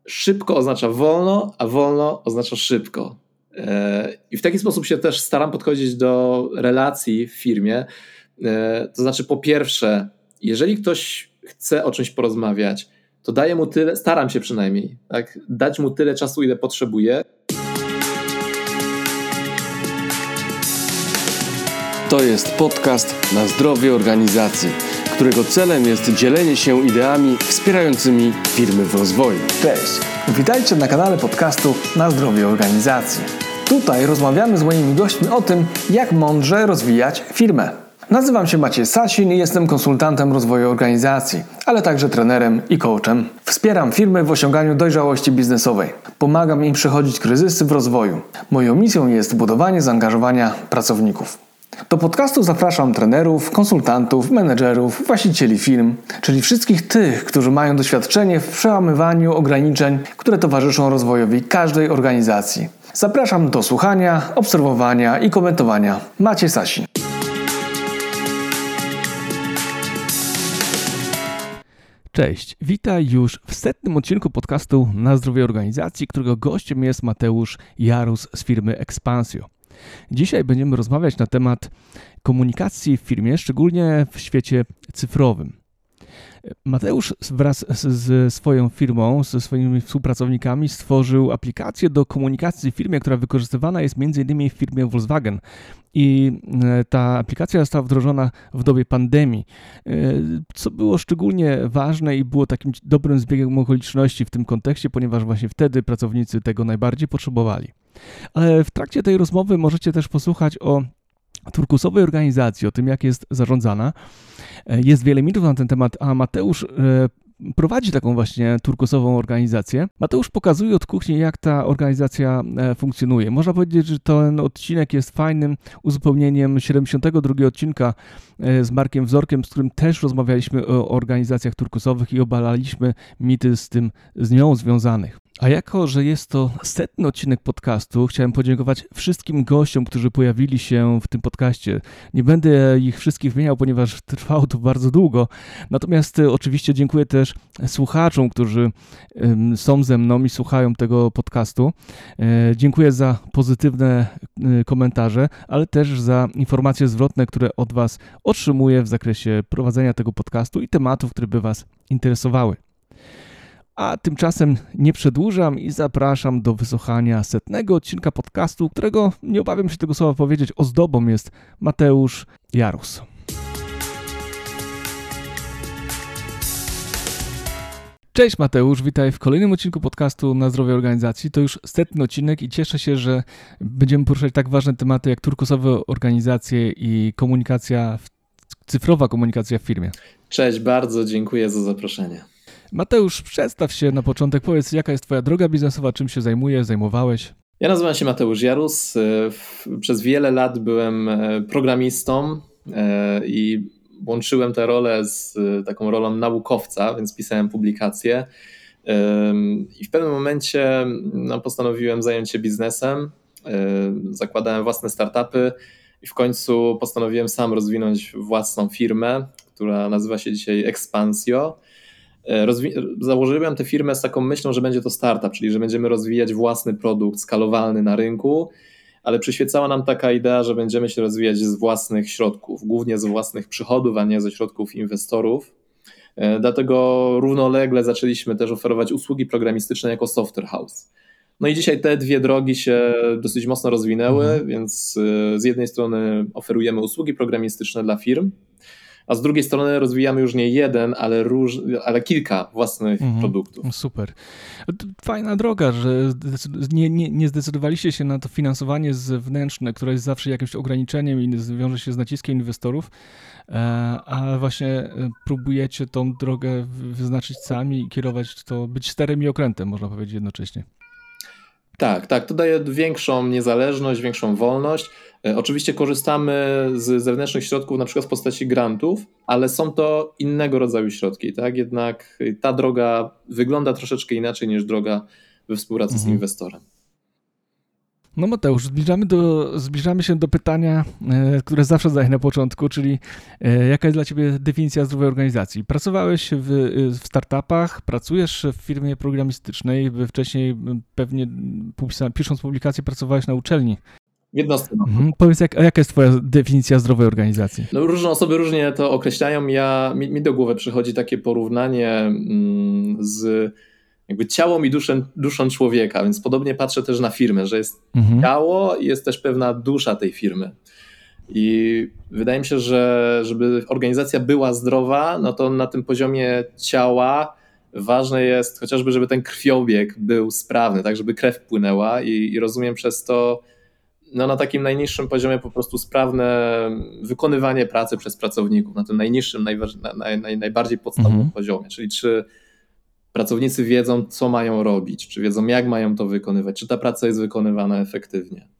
szybko oznacza wolno, a wolno oznacza szybko. I w taki sposób się też staram podchodzić do relacji w firmie. To znaczy, po pierwsze, jeżeli ktoś chce o czymś porozmawiać, to daję mu tyle, staram się przynajmniej, tak, dać mu tyle czasu, ile potrzebuje. To jest podcast Na zdrowie organizacji, którego celem jest dzielenie się ideami wspierającymi firmy w rozwoju. Cześć, witajcie na kanale podcastu Na zdrowie organizacji. Tutaj rozmawiamy z moimi gośćmi o tym, jak mądrze rozwijać firmę. Nazywam się Maciej Sasin i jestem konsultantem rozwoju organizacji, ale także trenerem i coachem. Wspieram firmy w osiąganiu dojrzałości biznesowej. Pomagam im przechodzić kryzysy w rozwoju. Moją misją jest budowanie zaangażowania pracowników. Do podcastu zapraszam trenerów, konsultantów, menedżerów, właścicieli firm, czyli wszystkich tych, którzy mają doświadczenie w przełamywaniu ograniczeń, które towarzyszą rozwojowi każdej organizacji. Zapraszam do słuchania, obserwowania i komentowania. Maciej Sasin. Cześć, witaj już w 100. odcinku podcastu Na zdrowie organizacji, którego gościem jest Mateusz Jarus z firmy Expansio. Dzisiaj będziemy rozmawiać na temat komunikacji w firmie, szczególnie w świecie cyfrowym. Mateusz wraz ze swoją firmą, ze swoimi współpracownikami stworzył aplikację do komunikacji w firmie, która wykorzystywana jest m.in. w firmie Volkswagen. I ta aplikacja została wdrożona w dobie pandemii, co było szczególnie ważne i było takim dobrym zbiegiem okoliczności w tym kontekście, ponieważ właśnie wtedy pracownicy tego najbardziej potrzebowali. Ale w trakcie tej rozmowy możecie też posłuchać o turkusowej organizacji, o tym, jak jest zarządzana. Jest wiele mitów na ten temat, a Mateusz prowadzi taką właśnie turkusową organizację. Mateusz pokazuje od kuchni, jak ta organizacja funkcjonuje. Można powiedzieć, że ten odcinek jest fajnym uzupełnieniem 72 odcinka z Markiem Wzorkiem, z którym też rozmawialiśmy o organizacjach turkusowych i obalaliśmy mity z nią związanych. A jako, że jest to 100. odcinek podcastu, chciałem podziękować wszystkim gościom, którzy pojawili się w tym podcaście. Nie będę ich wszystkich wymieniał, ponieważ trwało to bardzo długo. Natomiast oczywiście dziękuję też słuchaczom, którzy są ze mną i słuchają tego podcastu. Dziękuję za pozytywne komentarze, ale też za informacje zwrotne, które od Was otrzymuję w zakresie prowadzenia tego podcastu i tematów, które by Was interesowały. A tymczasem nie przedłużam i zapraszam do wysłuchania 100. odcinka podcastu, którego, nie obawiam się tego słowa powiedzieć, ozdobą jest Mateusz Jarus. Cześć Mateusz, witaj w kolejnym odcinku podcastu Na zdrowie organizacji. To już 100. odcinek i cieszę się, że będziemy poruszać tak ważne tematy jak turkusowe organizacje i cyfrowa komunikacja w firmie. Cześć, bardzo dziękuję za zaproszenie. Mateusz, przedstaw się na początek, powiedz, jaka jest Twoja droga biznesowa, czym się zajmowałeś? Ja nazywam się Mateusz Jarus. Przez wiele lat byłem programistą i łączyłem tę rolę z taką rolą naukowca, więc pisałem publikacje. I w pewnym momencie postanowiłem zająć się biznesem, zakładałem własne startupy i w końcu postanowiłem sam rozwinąć własną firmę, która nazywa się dzisiaj Expansio. Założyłem tę firmę z taką myślą, że będzie to startup, czyli że będziemy rozwijać własny produkt skalowalny na rynku, ale przyświecała nam taka idea, że będziemy się rozwijać z własnych środków, głównie z własnych przychodów, a nie ze środków inwestorów. Dlatego równolegle zaczęliśmy też oferować usługi programistyczne jako software house. No i dzisiaj te dwie drogi się dosyć mocno rozwinęły, więc z jednej strony oferujemy usługi programistyczne dla firm, a z drugiej strony rozwijamy już nie jeden, ale kilka własnych produktów. Super. Fajna droga, że nie zdecydowaliście się na to finansowanie zewnętrzne, które jest zawsze jakimś ograniczeniem i wiąże się z naciskiem inwestorów, a właśnie próbujecie tą drogę wyznaczyć sami i kierować to, być sterem i okrętem, można powiedzieć jednocześnie. Tak, to daje większą niezależność, większą wolność. Oczywiście korzystamy z zewnętrznych środków, na przykład w postaci grantów, ale są to innego rodzaju środki, tak? Jednak ta droga wygląda troszeczkę inaczej niż droga we współpracy z inwestorem. No Mateusz, zbliżamy się do pytania, które zawsze zadaję na początku, czyli jaka jest dla Ciebie definicja zdrowej organizacji? Pracowałeś w startupach, pracujesz w firmie programistycznej, wcześniej pewnie pisząc publikacje pracowałeś na uczelni. Jednostronną. Powiedz, jaka jest Twoja definicja zdrowej organizacji? No, różne osoby różnie to określają. Mi do głowy przychodzi takie porównanie z jakby ciałem i duszą człowieka, więc podobnie patrzę też na firmę, że jest ciało i jest też pewna dusza tej firmy. I wydaje mi się, że żeby organizacja była zdrowa, no to na tym poziomie ciała ważne jest chociażby, żeby ten krwiobieg był sprawny, tak żeby krew płynęła i rozumiem przez to no na takim najniższym poziomie po prostu sprawne wykonywanie pracy przez pracowników, na tym najniższym, najbardziej podstawowym poziomie, czyli czy pracownicy wiedzą, co mają robić, czy wiedzą, jak mają to wykonywać, czy ta praca jest wykonywana efektywnie.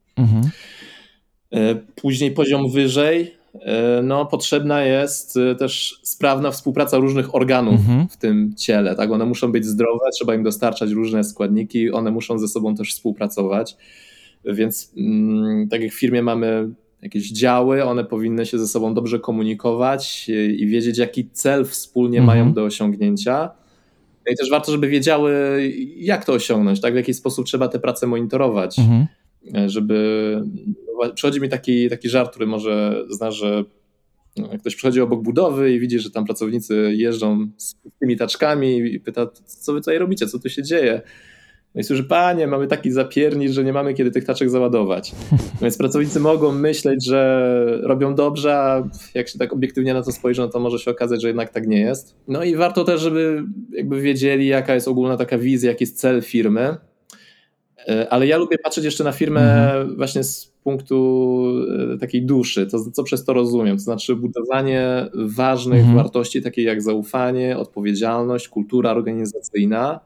Później poziom wyżej, no potrzebna jest też sprawna współpraca różnych organów w tym ciele, tak? One muszą być zdrowe, trzeba im dostarczać różne składniki, one muszą ze sobą też współpracować, więc tak jak w firmie mamy jakieś działy, one powinny się ze sobą dobrze komunikować i wiedzieć, jaki cel wspólnie mają do osiągnięcia. I też warto, żeby wiedziały, jak to osiągnąć, tak? W jaki sposób trzeba tę pracę monitorować, żeby... Przychodzi mi taki żart, który może znasz, że ktoś przychodzi obok budowy i widzi, że tam pracownicy jeżdżą z tymi taczkami i pyta, co wy tutaj robicie, co tu się dzieje? No i słyszy, panie, mamy taki zapiernicz, że nie mamy kiedy tych taczek załadować. Więc pracownicy mogą myśleć, że robią dobrze, a jak się tak obiektywnie na to spojrzy, no to może się okazać, że jednak tak nie jest. No i warto też, żeby jakby wiedzieli, jaka jest ogólna taka wizja, jaki jest cel firmy. Ale ja lubię patrzeć jeszcze na firmę właśnie z punktu takiej duszy, to co przez to rozumiem, to znaczy budowanie ważnych wartości, takich jak zaufanie, odpowiedzialność, kultura organizacyjna.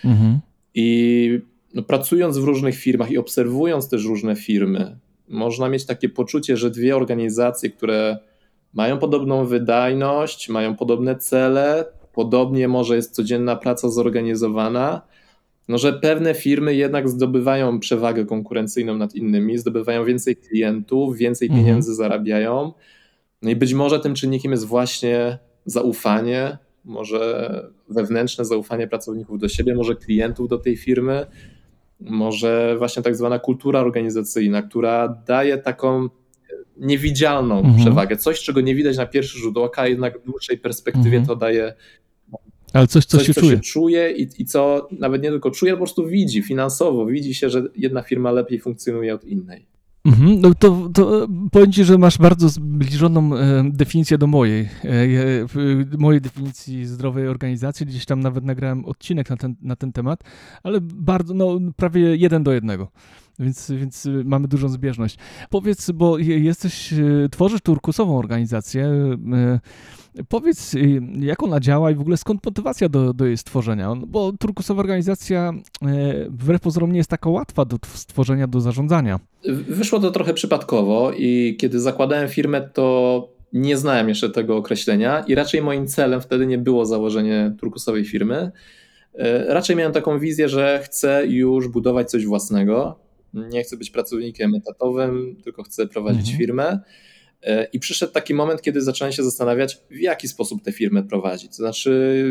I no, pracując w różnych firmach i obserwując też różne firmy, można mieć takie poczucie, że dwie organizacje, które mają podobną wydajność, mają podobne cele, podobnie może jest codzienna praca zorganizowana, no, że pewne firmy jednak zdobywają przewagę konkurencyjną nad innymi, zdobywają więcej klientów, więcej pieniędzy zarabiają. No i być może tym czynnikiem jest właśnie zaufanie, może wewnętrzne zaufanie pracowników do siebie, może klientów do tej firmy, może właśnie tak zwana kultura organizacyjna, która daje taką niewidzialną przewagę. Coś, czego nie widać na pierwszy rzut oka, jednak w dłuższej perspektywie to daje... Ale co się czuje i co nawet nie tylko czuje, ale po prostu widzi finansowo. Widzi się, że jedna firma lepiej funkcjonuje od innej. No to powiem Ci, że masz bardzo zbliżoną definicję do mojej definicji zdrowej organizacji. Gdzieś tam nawet nagrałem odcinek na ten temat, ale bardzo, prawie 1 do 1. Więc mamy dużą zbieżność. Powiedz, bo tworzysz turkusową organizację. Powiedz, jak ona działa i w ogóle skąd motywacja do jej stworzenia? Bo turkusowa organizacja wbrew pozorom nie jest taka łatwa do stworzenia, do zarządzania. Wyszło to trochę przypadkowo i kiedy zakładałem firmę, to nie znałem jeszcze tego określenia i raczej moim celem wtedy nie było założenie turkusowej firmy. Raczej miałem taką wizję, że chcę już budować coś własnego. Nie chcę być pracownikiem etatowym, tylko chcę prowadzić firmę. I przyszedł taki moment, kiedy zacząłem się zastanawiać, w jaki sposób tę firmę prowadzić. To znaczy,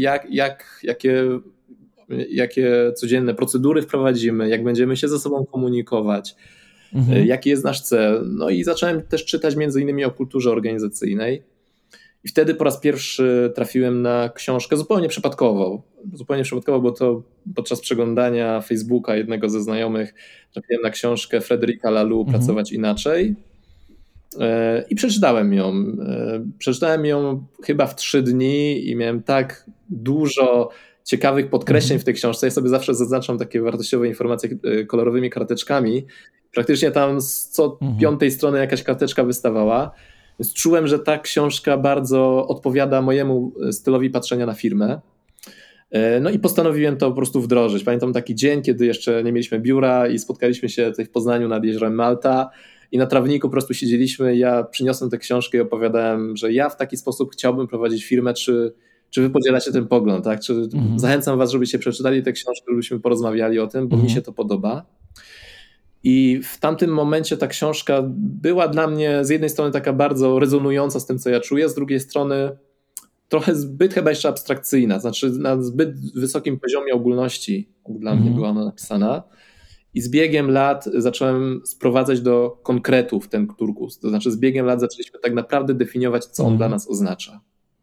jakie codzienne procedury wprowadzimy, jak będziemy się ze sobą komunikować, jaki jest nasz cel. No i zacząłem też czytać między innymi o kulturze organizacyjnej. I wtedy po raz pierwszy trafiłem na książkę zupełnie przypadkowo, bo to podczas przeglądania Facebooka jednego ze znajomych trafiłem na książkę Frederica Laloux Pracować inaczej i przeczytałem ją. Przeczytałem ją chyba w 3 dni i miałem tak dużo ciekawych podkreśleń w tej książce. Ja sobie zawsze zaznaczam takie wartościowe informacje kolorowymi karteczkami. Praktycznie tam z co 5. strony jakaś karteczka wystawała. Więc czułem, że ta książka bardzo odpowiada mojemu stylowi patrzenia na firmę. No i postanowiłem to po prostu wdrożyć. Pamiętam taki dzień, kiedy jeszcze nie mieliśmy biura i spotkaliśmy się tutaj w Poznaniu nad jeziorem Malta i na trawniku po prostu siedzieliśmy. Ja przyniosłem tę książkę i opowiadałem, że ja w taki sposób chciałbym prowadzić firmę, czy wy podzielacie ten pogląd, tak? Zachęcam was, żebyście przeczytali tę książkę, żebyśmy porozmawiali o tym, bo mi się to podoba. I w tamtym momencie ta książka była dla mnie z jednej strony taka bardzo rezonująca z tym, co ja czuję, z drugiej strony trochę zbyt chyba jeszcze abstrakcyjna, znaczy na zbyt wysokim poziomie ogólności dla mnie była ona napisana. I z biegiem lat zacząłem sprowadzać do konkretów ten turkus. To znaczy z biegiem lat zaczęliśmy tak naprawdę definiować, co on dla nas oznacza.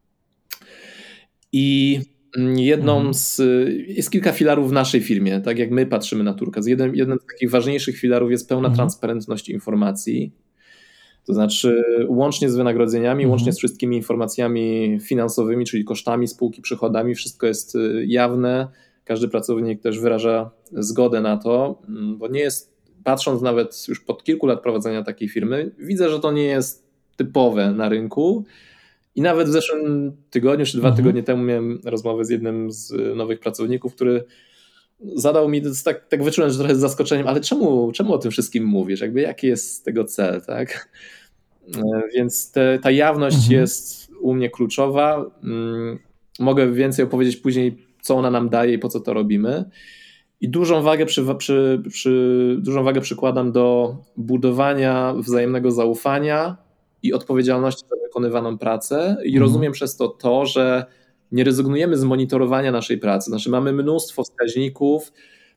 I jest kilka filarów w naszej firmie, tak jak my patrzymy na turkus. Jeden z takich ważniejszych filarów jest pełna transparentność informacji. To znaczy łącznie z wynagrodzeniami, łącznie z wszystkimi informacjami finansowymi, czyli kosztami spółki, przychodami, wszystko jest jawne. Każdy pracownik też wyraża zgodę na to, bo nie jest, patrząc nawet już po kilku lat prowadzenia takiej firmy, widzę, że to nie jest typowe na rynku. I nawet w zeszłym tygodniu czy 2 tygodnie temu miałem rozmowę z jednym z nowych pracowników, który zadał mi, tak wyczułem, że trochę z zaskoczeniem, ale czemu o tym wszystkim mówisz? Jakby jaki jest tego cel, tak? Więc ta jawność jest u mnie kluczowa. Mogę więcej opowiedzieć później, co ona nam daje i po co to robimy. I dużą wagę przykładam do budowania wzajemnego zaufania i odpowiedzialności za wykonywaną pracę. I rozumiem przez to, że nie rezygnujemy z monitorowania naszej pracy. Znaczy mamy mnóstwo wskaźników,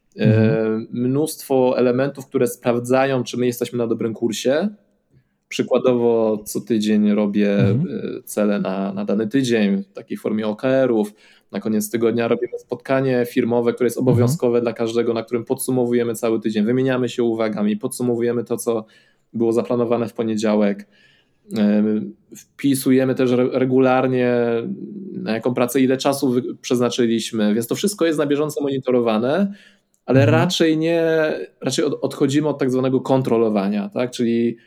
mnóstwo elementów, które sprawdzają, czy my jesteśmy na dobrym kursie. Przykładowo co tydzień robię cele na dany tydzień w takiej formie OKR-ów. Na koniec tygodnia robimy spotkanie firmowe, które jest obowiązkowe dla każdego, na którym podsumowujemy cały tydzień, wymieniamy się uwagami, podsumowujemy to, co było zaplanowane w poniedziałek. Wpisujemy też regularnie, na jaką pracę, ile czasu przeznaczyliśmy, więc to wszystko jest na bieżąco monitorowane, ale raczej odchodzimy od tak zwanego kontrolowania, tak? Czyli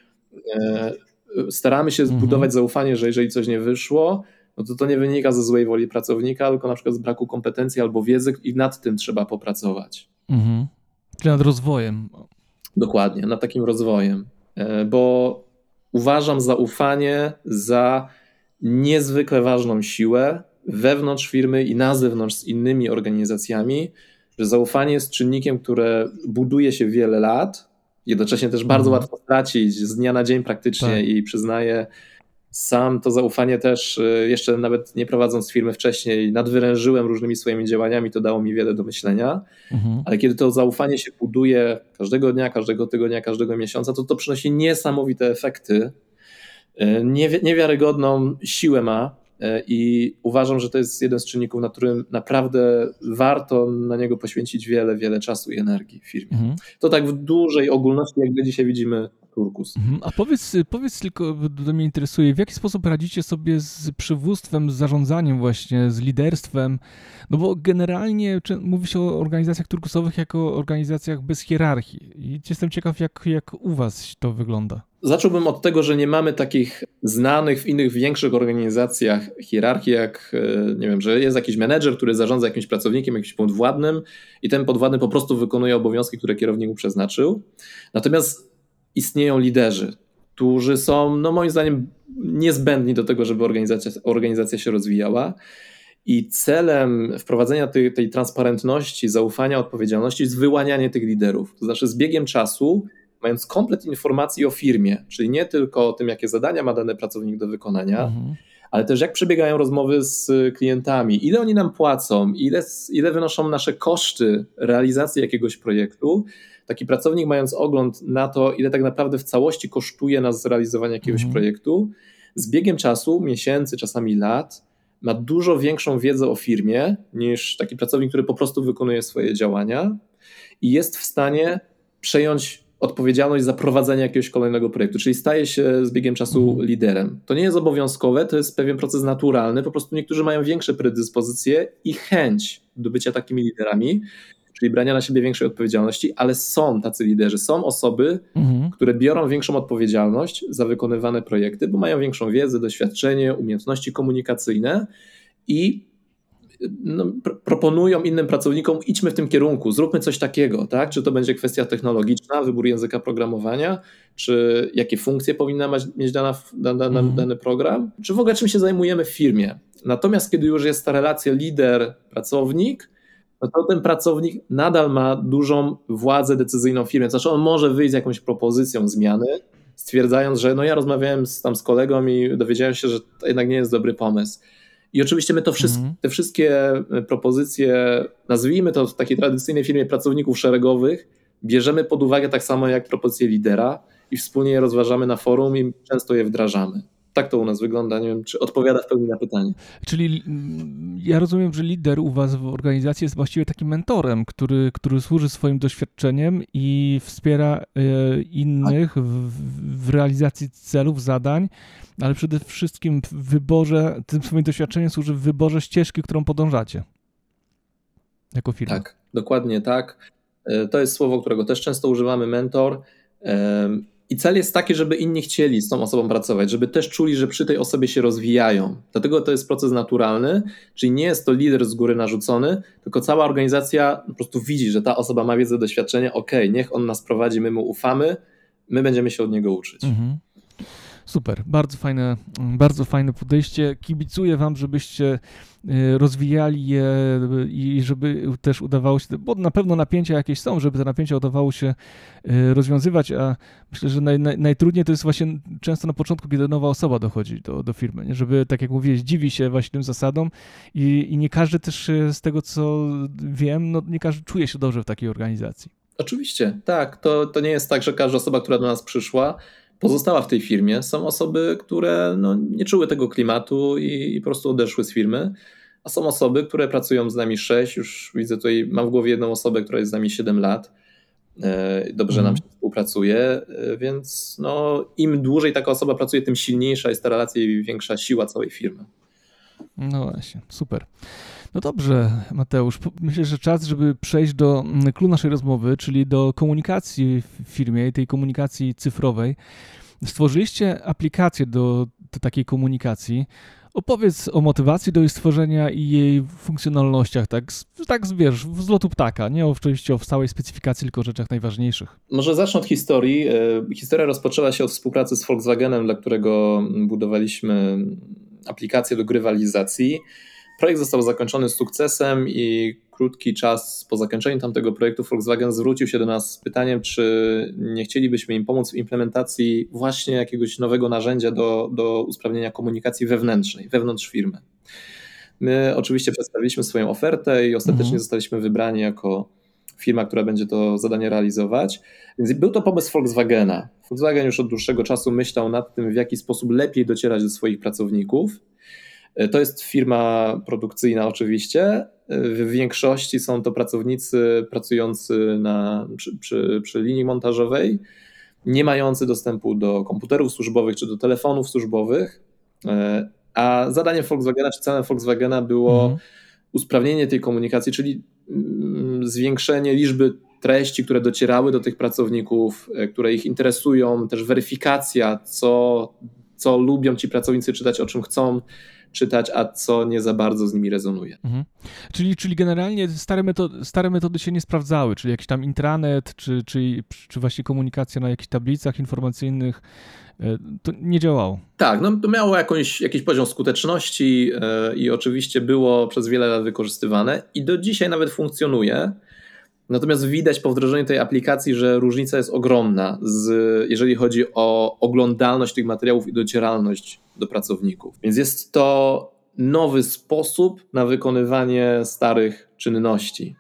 staramy się zbudować zaufanie, że jeżeli coś nie wyszło, no to nie wynika ze złej woli pracownika, tylko na przykład z braku kompetencji albo wiedzy i nad tym trzeba popracować. Czyli nad rozwojem. Dokładnie, nad takim rozwojem, bo uważam zaufanie za niezwykle ważną siłę wewnątrz firmy i na zewnątrz z innymi organizacjami, że zaufanie jest czynnikiem, które buduje się wiele lat, jednocześnie też bardzo łatwo stracić z dnia na dzień praktycznie i przyznaję, sam to zaufanie też jeszcze nawet nie prowadząc firmy wcześniej nadwyrężyłem różnymi swoimi działaniami, to dało mi wiele do myślenia, ale kiedy to zaufanie się buduje każdego dnia, każdego tygodnia, każdego miesiąca, to przynosi niesamowite efekty, niewiarygodną siłę ma i uważam, że to jest jeden z czynników, na którym naprawdę warto na niego poświęcić wiele czasu i energii w firmie. To tak w dużej ogólności, jak my dzisiaj widzimy turkus. A powiedz tylko, to mnie interesuje, w jaki sposób radzicie sobie z przywództwem, z zarządzaniem właśnie, z liderstwem, no bo generalnie mówi się o organizacjach turkusowych jako o organizacjach bez hierarchii i jestem ciekaw, jak u was to wygląda. Zacząłbym od tego, że nie mamy takich znanych w innych większych organizacjach hierarchii, jak nie wiem, że jest jakiś menedżer, który zarządza jakimś pracownikiem, jakimś podwładnym i ten podwładny po prostu wykonuje obowiązki, które kierownik mu przeznaczył. Natomiast istnieją liderzy, którzy są, no moim zdaniem, niezbędni do tego, żeby organizacja się rozwijała. I celem wprowadzenia tej transparentności, zaufania, odpowiedzialności jest wyłanianie tych liderów. To znaczy z biegiem czasu, mając komplet informacji o firmie, czyli nie tylko o tym, jakie zadania ma dany pracownik do wykonania, ale też jak przebiegają rozmowy z klientami, ile oni nam płacą, ile wynoszą nasze koszty realizacji jakiegoś projektu. Taki pracownik, mając ogląd na to, ile tak naprawdę w całości kosztuje nas zrealizowanie jakiegoś projektu, z biegiem czasu, miesięcy, czasami lat, ma dużo większą wiedzę o firmie niż taki pracownik, który po prostu wykonuje swoje działania i jest w stanie przejąć odpowiedzialność za prowadzenie jakiegoś kolejnego projektu, czyli staje się z biegiem czasu liderem. To nie jest obowiązkowe, to jest pewien proces naturalny, po prostu niektórzy mają większe predyspozycje i chęć do bycia takimi liderami, czyli brania na siebie większej odpowiedzialności, ale są tacy liderzy, są osoby, które biorą większą odpowiedzialność za wykonywane projekty, bo mają większą wiedzę, doświadczenie, umiejętności komunikacyjne i proponują innym pracownikom, idźmy w tym kierunku, zróbmy coś takiego, tak? Czy to będzie kwestia technologiczna, wybór języka programowania, czy jakie funkcje powinna mieć dany program, czy w ogóle czym się zajmujemy w firmie. Natomiast kiedy już jest ta relacja lider-pracownik, no to ten pracownik nadal ma dużą władzę decyzyjną w firmie. Znaczy on może wyjść z jakąś propozycją zmiany, stwierdzając, że no ja rozmawiałem z kolegą i dowiedziałem się, że to jednak nie jest dobry pomysł. I oczywiście my te wszystkie propozycje, nazwijmy to w takiej tradycyjnej firmie pracowników szeregowych, bierzemy pod uwagę tak samo jak propozycje lidera i wspólnie je rozważamy na forum i często je wdrażamy. Tak to u nas wygląda. Nie wiem, czy odpowiada w pełni na pytanie. Czyli ja rozumiem, że lider u was w organizacji jest właściwie takim mentorem, który służy swoim doświadczeniem i wspiera innych w realizacji celów, zadań, ale przede wszystkim w wyborze, tym swoim doświadczeniem służy w wyborze ścieżki, którą podążacie jako firma. Tak, dokładnie tak. To jest słowo, którego też często używamy, mentor. I cel jest taki, żeby inni chcieli z tą osobą pracować, żeby też czuli, że przy tej osobie się rozwijają. Dlatego to jest proces naturalny, czyli nie jest to lider z góry narzucony, tylko cała organizacja po prostu widzi, że ta osoba ma wiedzę, doświadczenie, niech on nas prowadzi, my mu ufamy, my będziemy się od niego uczyć. Mhm. Super, bardzo fajne podejście. Kibicuję wam, żebyście rozwijali je i żeby też udawało się, bo na pewno napięcia jakieś są, żeby te napięcia udawało się rozwiązywać, a myślę, że najtrudniej to jest właśnie często na początku, kiedy nowa osoba dochodzi do firmy, nie? Żeby, tak jak mówiłeś, dziwi się właśnie tym zasadom i nie każdy też z tego, co wiem, no nie każdy czuje się dobrze w takiej organizacji. Oczywiście, tak. To nie jest tak, że każda osoba, która do nas przyszła, pozostała w tej firmie. Są osoby, które nie czuły tego klimatu i po prostu odeszły z firmy, a są osoby, które pracują z nami 6, już widzę tutaj, mam w głowie jedną osobę, która jest z nami 7 lat. Dobrze nam się współpracuje, więc im dłużej taka osoba pracuje, tym silniejsza jest ta relacja i większa siła całej firmy. No właśnie, super. No dobrze, Mateusz, myślę, że czas, żeby przejść do clou naszej rozmowy, czyli do komunikacji w firmie i tej komunikacji cyfrowej. Stworzyliście aplikację do takiej komunikacji. Opowiedz o motywacji do jej stworzenia i jej funkcjonalnościach, tak wiesz, z lotu ptaka, nie oczywiście o całej specyfikacji, tylko o rzeczach najważniejszych. Może zacznę od historii. Historia rozpoczęła się od współpracy z Volkswagenem, dla którego budowaliśmy aplikację do gry walizacji. Projekt został zakończony z sukcesem i krótki czas po zakończeniu tamtego projektu Volkswagen zwrócił się do nas z pytaniem, czy nie chcielibyśmy im pomóc w implementacji właśnie jakiegoś nowego narzędzia do usprawnienia komunikacji wewnętrznej, wewnątrz firmy. My oczywiście przedstawiliśmy swoją ofertę i ostatecznie zostaliśmy wybrani jako firma, która będzie to zadanie realizować. Więc był to pomysł Volkswagena. Volkswagen już od dłuższego czasu myślał nad tym, w jaki sposób lepiej docierać do swoich pracowników. To jest firma produkcyjna oczywiście. W większości są to pracownicy pracujący przy linii montażowej, nie mający dostępu do komputerów służbowych czy do telefonów służbowych, a zadaniem Volkswagena czy celem Volkswagena było usprawnienie tej komunikacji, czyli zwiększenie liczby treści, które docierały do tych pracowników, które ich interesują, też weryfikacja, co lubią ci pracownicy czytać, o czym chcą czytać, a co nie za bardzo z nimi rezonuje. Czyli generalnie stare metody się nie sprawdzały, czyli jakiś tam intranet, czy właśnie komunikacja na jakichś tablicach informacyjnych, to nie działało. Tak, to miało jakiś poziom skuteczności i oczywiście było przez wiele lat wykorzystywane i do dzisiaj nawet funkcjonuje. Natomiast widać po wdrożeniu tej aplikacji, że różnica jest ogromna, jeżeli chodzi o oglądalność tych materiałów i docieralność do pracowników. Więc jest to nowy sposób na wykonywanie starych czynności.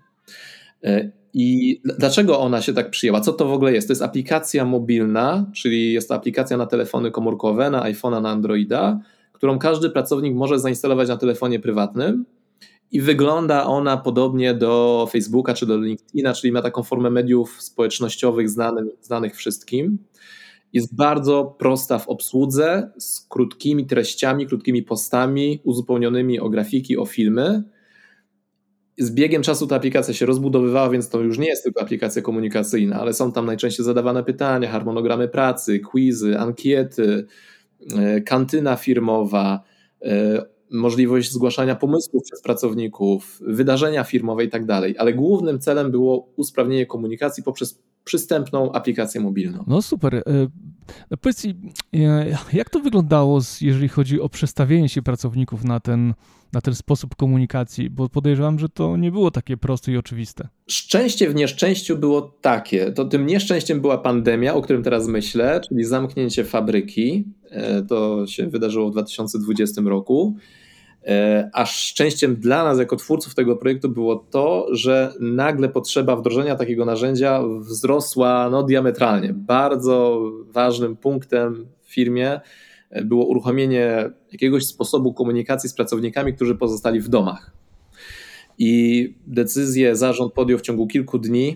I dlaczego ona się tak przyjęła? Co to w ogóle jest? To jest aplikacja mobilna, czyli jest to aplikacja na telefony komórkowe, na iPhone'a, na Androida, którą każdy pracownik może zainstalować na telefonie prywatnym. I wygląda ona podobnie do Facebooka czy do LinkedIna, czyli ma taką formę mediów społecznościowych znanych wszystkim. Jest bardzo prosta w obsłudze, z krótkimi treściami, krótkimi postami, uzupełnionymi o grafiki, o filmy. Z biegiem czasu ta aplikacja się rozbudowywała, więc to już nie jest tylko aplikacja komunikacyjna, ale są tam najczęściej zadawane pytania, harmonogramy pracy, quizy, ankiety, kantyna firmowa, możliwość zgłaszania pomysłów przez pracowników, wydarzenia firmowe i tak dalej. Ale głównym celem było usprawnienie komunikacji poprzez przystępną aplikację mobilną. No super. No powiedz mi, jak to wyglądało, jeżeli chodzi o przestawienie się pracowników na ten sposób komunikacji? Bo podejrzewam, że to nie było takie proste i oczywiste. Szczęście w nieszczęściu było takie. To tym nieszczęściem była pandemia, o którym teraz myślę, czyli zamknięcie fabryki. To się wydarzyło w 2020 roku. A szczęściem dla nas jako twórców tego projektu było to, że nagle potrzeba wdrożenia takiego narzędzia wzrosła diametralnie. Bardzo ważnym punktem w firmie było uruchomienie jakiegoś sposobu komunikacji z pracownikami, którzy pozostali w domach. I decyzję zarząd podjął w ciągu kilku dni,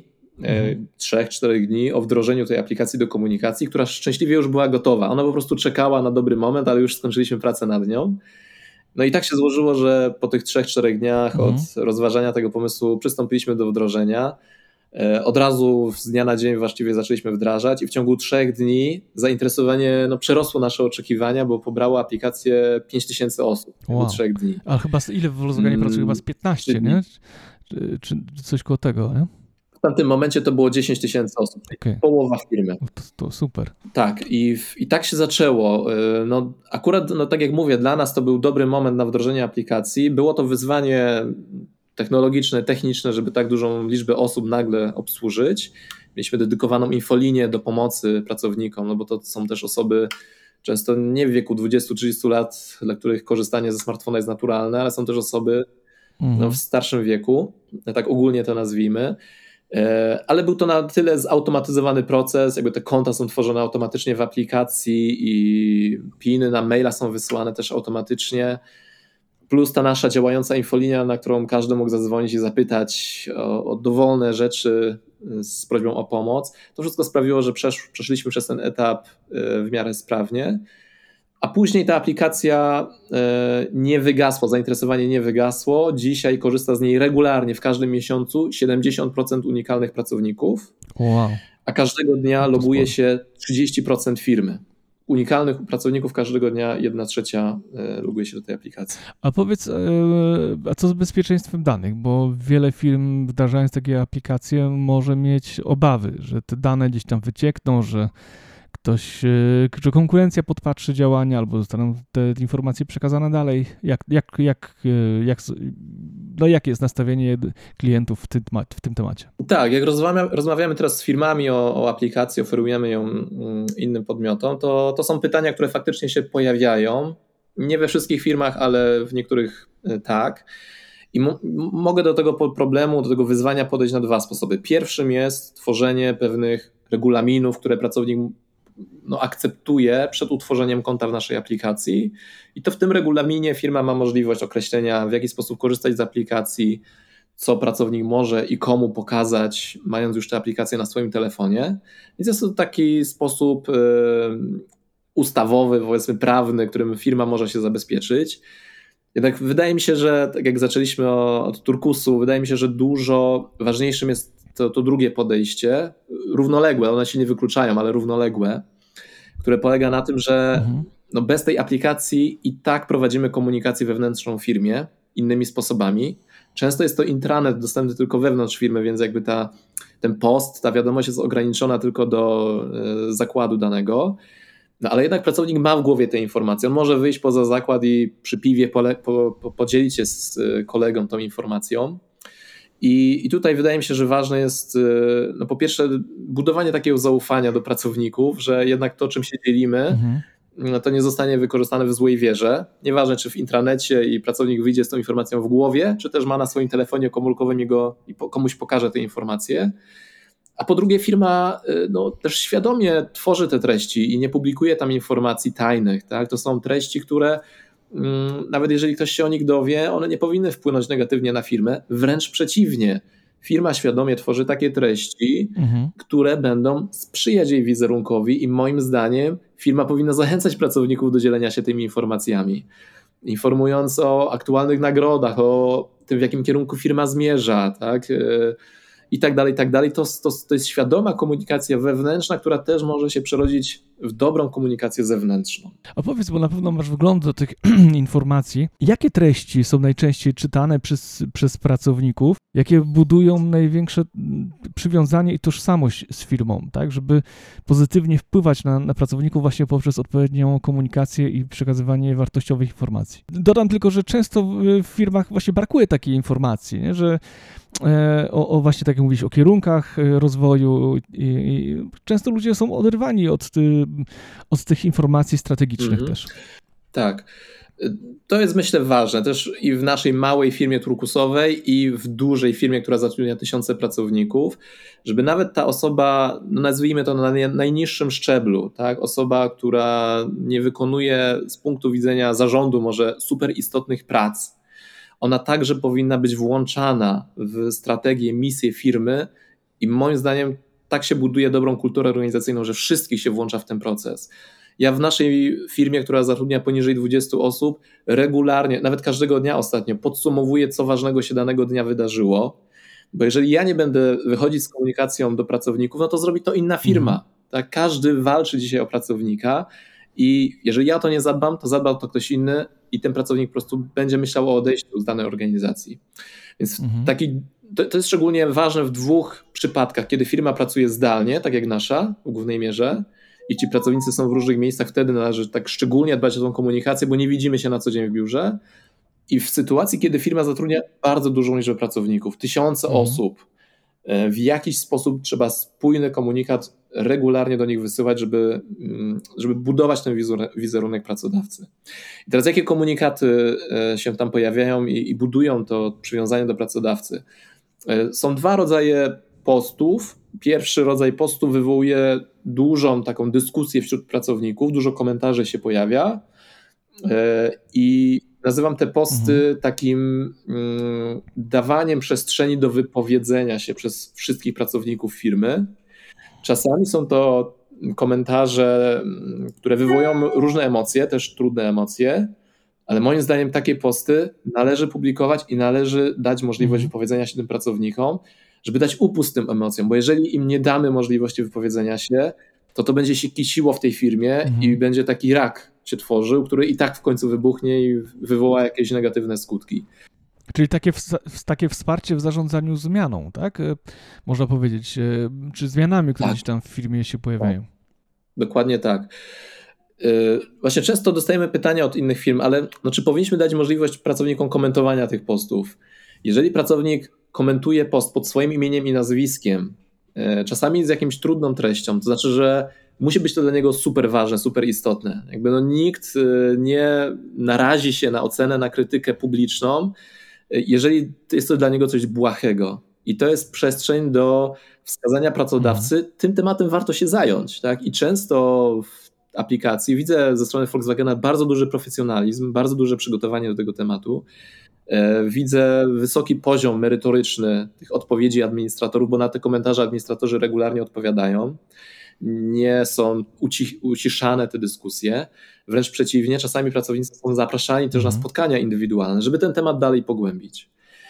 3-4 dni o wdrożeniu tej aplikacji do komunikacji, która szczęśliwie już była gotowa. Ona po prostu czekała na dobry moment, ale już skończyliśmy pracę nad nią. No i tak się złożyło, że po tych 3-4 dniach od rozważania tego pomysłu przystąpiliśmy do wdrożenia. Od razu z dnia na dzień właściwie zaczęliśmy wdrażać i w ciągu 3 dni zainteresowanie przerosło nasze oczekiwania, bo pobrało aplikację 5000 osób w ciągu 3 dni. Ale chyba ile w Volkswagenie pracuje? Chyba z 15, nie? Czy coś koło tego, nie? W tamtym momencie to było 10 000 osób, połowa firmy. To super. Tak, i tak się zaczęło. Akurat, tak jak mówię, dla nas to był dobry moment na wdrożenie aplikacji. Było to wyzwanie technologiczne, techniczne, żeby tak dużą liczbę osób nagle obsłużyć. Mieliśmy dedykowaną infolinię do pomocy pracownikom, bo to są też osoby często nie w wieku 20-30 lat, dla których korzystanie ze smartfona jest naturalne, ale są też osoby w starszym wieku, tak ogólnie to nazwijmy. Ale był to na tyle zautomatyzowany proces, jakby te konta są tworzone automatycznie w aplikacji i piny na maila są wysyłane też automatycznie, plus ta nasza działająca infolinia, na którą każdy mógł zadzwonić i zapytać o dowolne rzeczy z prośbą o pomoc. To wszystko sprawiło, że przeszliśmy przez ten etap w miarę sprawnie, a później ta aplikacja nie wygasła, zainteresowanie nie wygasło. Dzisiaj korzysta z niej regularnie, w każdym miesiącu 70% unikalnych pracowników, a każdego dnia loguje się 30% firmy. Unikalnych pracowników każdego dnia 1/3 loguje się do tej aplikacji. A powiedz, a co z bezpieczeństwem danych? Bo wiele firm, wdrażając takie aplikacje, może mieć obawy, że te dane gdzieś tam wyciekną, że że konkurencja podpatrzy działania albo zostaną te informacje przekazane dalej. Jakie jest nastawienie klientów w tym temacie? Tak, jak rozmawiamy teraz z firmami o aplikacji, oferujemy ją innym podmiotom, to są pytania, które faktycznie się pojawiają. Nie we wszystkich firmach, ale w niektórych tak. I mogę do tego problemu, do tego wyzwania podejść na 2 sposoby. Pierwszym jest tworzenie pewnych regulaminów, które pracownik akceptuje przed utworzeniem konta w naszej aplikacji i to w tym regulaminie firma ma możliwość określenia, w jaki sposób korzystać z aplikacji, co pracownik może i komu pokazać, mając już tę aplikację na swoim telefonie. Więc jest to taki sposób ustawowy, powiedzmy prawny, którym firma może się zabezpieczyć. Jednak wydaje mi się, że tak jak zaczęliśmy od turkusu, wydaje mi się, że dużo ważniejszym jest to drugie podejście, równoległe, one się nie wykluczają, ale równoległe, które polega na tym, że bez tej aplikacji i tak prowadzimy komunikację wewnętrzną w firmie innymi sposobami. Często jest to intranet dostępny tylko wewnątrz firmy, więc jakby ten post, ta wiadomość jest ograniczona tylko do zakładu danego, ale jednak pracownik ma w głowie te informacje. On może wyjść poza zakład i przy piwie podzielić się z kolegą tą informacją. I tutaj wydaje mi się, że ważne jest po pierwsze budowanie takiego zaufania do pracowników, że jednak to, czym się dzielimy, to nie zostanie wykorzystane w złej wierze. Nieważne, czy w intranecie i pracownik wyjdzie z tą informacją w głowie, czy też ma na swoim telefonie komórkowym i komuś pokaże te informacje. A po drugie firma też świadomie tworzy te treści i nie publikuje tam informacji tajnych. Tak? To są treści, które nawet jeżeli ktoś się o nich dowie, one nie powinny wpłynąć negatywnie na firmę. Wręcz przeciwnie. Firma świadomie tworzy takie treści, które będą sprzyjać jej wizerunkowi i moim zdaniem firma powinna zachęcać pracowników do dzielenia się tymi informacjami. Informując o aktualnych nagrodach, o tym, w jakim kierunku firma zmierza, tak? I tak dalej, to jest świadoma komunikacja wewnętrzna, która też może się przerodzić w dobrą komunikację zewnętrzną. A powiedz, bo na pewno masz wgląd do tych informacji. Jakie treści są najczęściej czytane przez pracowników? Jakie budują największe przywiązanie i tożsamość z firmą, tak, żeby pozytywnie wpływać na pracowników właśnie poprzez odpowiednią komunikację i przekazywanie wartościowych informacji. Dodam tylko, że często w firmach właśnie brakuje takiej informacji, nie? Że o właśnie tak jak mówisz, o kierunkach rozwoju i często ludzie są oderwani od tych informacji strategicznych też. Tak. To jest, myślę, ważne też i w naszej małej firmie turkusowej i w dużej firmie, która zatrudnia tysiące pracowników, żeby nawet ta osoba, nazwijmy to na najniższym szczeblu, tak? Osoba, która nie wykonuje z punktu widzenia zarządu może super istotnych prac, ona także powinna być włączana w strategię, misję firmy i moim zdaniem tak się buduje dobrą kulturę organizacyjną, że wszystkich się włącza w ten proces. Ja w naszej firmie, która zatrudnia poniżej 20 osób, regularnie, nawet każdego dnia ostatnio, podsumowuję, co ważnego się danego dnia wydarzyło, bo jeżeli ja nie będę wychodzić z komunikacją do pracowników, no to zrobi to inna firma. Tak? Każdy walczy dzisiaj o pracownika i jeżeli ja o to nie zadbam, to zadba o to ktoś inny i ten pracownik po prostu będzie myślał o odejściu z danej organizacji. Więc to jest szczególnie ważne w dwóch przypadkach, kiedy firma pracuje zdalnie, tak jak nasza w głównej mierze, i ci pracownicy są w różnych miejscach, wtedy należy tak szczególnie dbać o tą komunikację, bo nie widzimy się na co dzień w biurze. I w sytuacji, kiedy firma zatrudnia bardzo dużą liczbę pracowników, tysiące osób, w jakiś sposób trzeba spójny komunikat regularnie do nich wysyłać, żeby budować ten wizerunek pracodawcy. I teraz jakie komunikaty się tam pojawiają i budują to przywiązanie do pracodawcy? Są dwa rodzaje postów. Pierwszy rodzaj postu wywołuje dużą taką dyskusję wśród pracowników, dużo komentarzy się pojawia i nazywam te posty takim dawaniem przestrzeni do wypowiedzenia się przez wszystkich pracowników firmy. Czasami są to komentarze, które wywołują różne emocje, też trudne emocje, ale moim zdaniem takie posty należy publikować i należy dać możliwość wypowiedzenia się tym pracownikom, żeby dać upust tym emocjom, bo jeżeli im nie damy możliwości wypowiedzenia się, to będzie się kisiło w tej firmie i będzie taki rak się tworzył, który i tak w końcu wybuchnie i wywoła jakieś negatywne skutki. Czyli takie wsparcie w zarządzaniu zmianą, tak? Można powiedzieć, czy zmianami, które gdzieś tam w firmie się pojawiają. Dokładnie tak. Właśnie często dostajemy pytania od innych firm, ale czy powinniśmy dać możliwość pracownikom komentowania tych postów? Jeżeli pracownik komentuje post pod swoim imieniem i nazwiskiem, czasami z jakimś trudną treścią, to znaczy, że musi być to dla niego super ważne, super istotne. Nikt nie narazi się na ocenę, na krytykę publiczną, jeżeli jest to dla niego coś błahego. I to jest przestrzeń do wskazania pracodawcy, tym tematem warto się zająć. Tak? I często w aplikacji widzę ze strony Volkswagena bardzo duży profesjonalizm, bardzo duże przygotowanie do tego tematu. Widzę wysoki poziom merytoryczny tych odpowiedzi administratorów, bo na te komentarze administratorzy regularnie odpowiadają. Nie są uciszane te dyskusje, wręcz przeciwnie, czasami pracownicy są zapraszani też na spotkania indywidualne, żeby ten temat dalej pogłębić.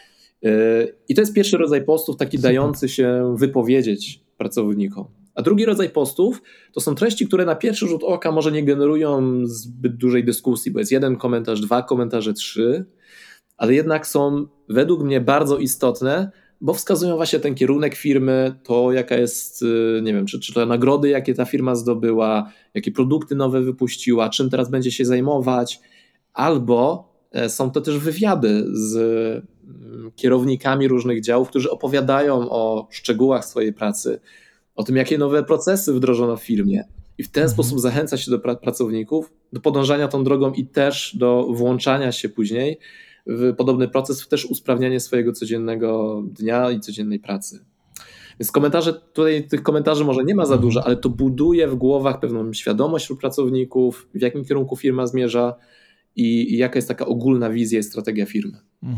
I to jest pierwszy rodzaj postów, taki dający się wypowiedzieć pracownikom. A drugi rodzaj postów to są treści, które na pierwszy rzut oka może nie generują zbyt dużej dyskusji, bo jest jeden komentarz, dwa komentarze, trzy, ale jednak są według mnie bardzo istotne, bo wskazują właśnie ten kierunek firmy, to jaka jest, nie wiem, czy te nagrody, jakie ta firma zdobyła, jakie produkty nowe wypuściła, czym teraz będzie się zajmować, albo są to też wywiady z kierownikami różnych działów, którzy opowiadają o szczegółach swojej pracy, o tym, jakie nowe procesy wdrożono w firmie. I w ten sposób zachęca się do pracowników do podążania tą drogą i też do włączania się później w podobny proces, w też usprawnianie swojego codziennego dnia i codziennej pracy. Więc tych komentarzy może nie ma za dużo, ale to buduje w głowach pewną świadomość wśród pracowników, w jakim kierunku firma zmierza i jaka jest taka ogólna wizja i strategia firmy.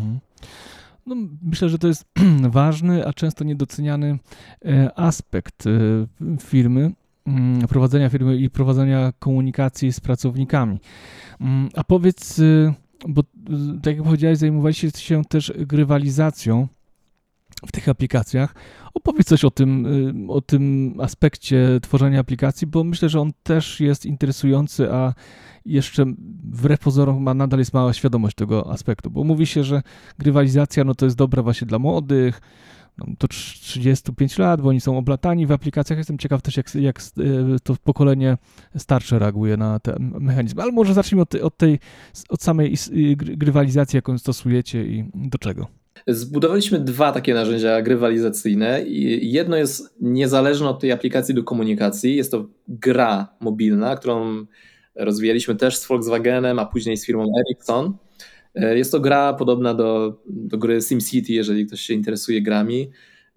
No, myślę, że to jest ważny, a często niedoceniany aspekt firmy, prowadzenia firmy i prowadzenia komunikacji z pracownikami. A powiedz, bo tak jak powiedziałeś, zajmowaliście się też grywalizacją w tych aplikacjach. Opowiedz coś o tym aspekcie tworzenia aplikacji, bo myślę, że on też jest interesujący, a jeszcze wbrew pozorom nadal jest mała świadomość tego aspektu, bo mówi się, że grywalizacja to jest dobra właśnie dla młodych, do 35 lat, bo oni są oblatani w aplikacjach. Jestem ciekaw też, jak to pokolenie starsze reaguje na te mechanizmy. Ale może zacznijmy od samej grywalizacji, jaką stosujecie i do czego. Zbudowaliśmy 2 takie narzędzia grywalizacyjne. Jedno jest niezależne od tej aplikacji do komunikacji. Jest to gra mobilna, którą rozwijaliśmy też z Volkswagenem, a później z firmą Ericsson. Jest to gra podobna do gry SimCity, jeżeli ktoś się interesuje grami.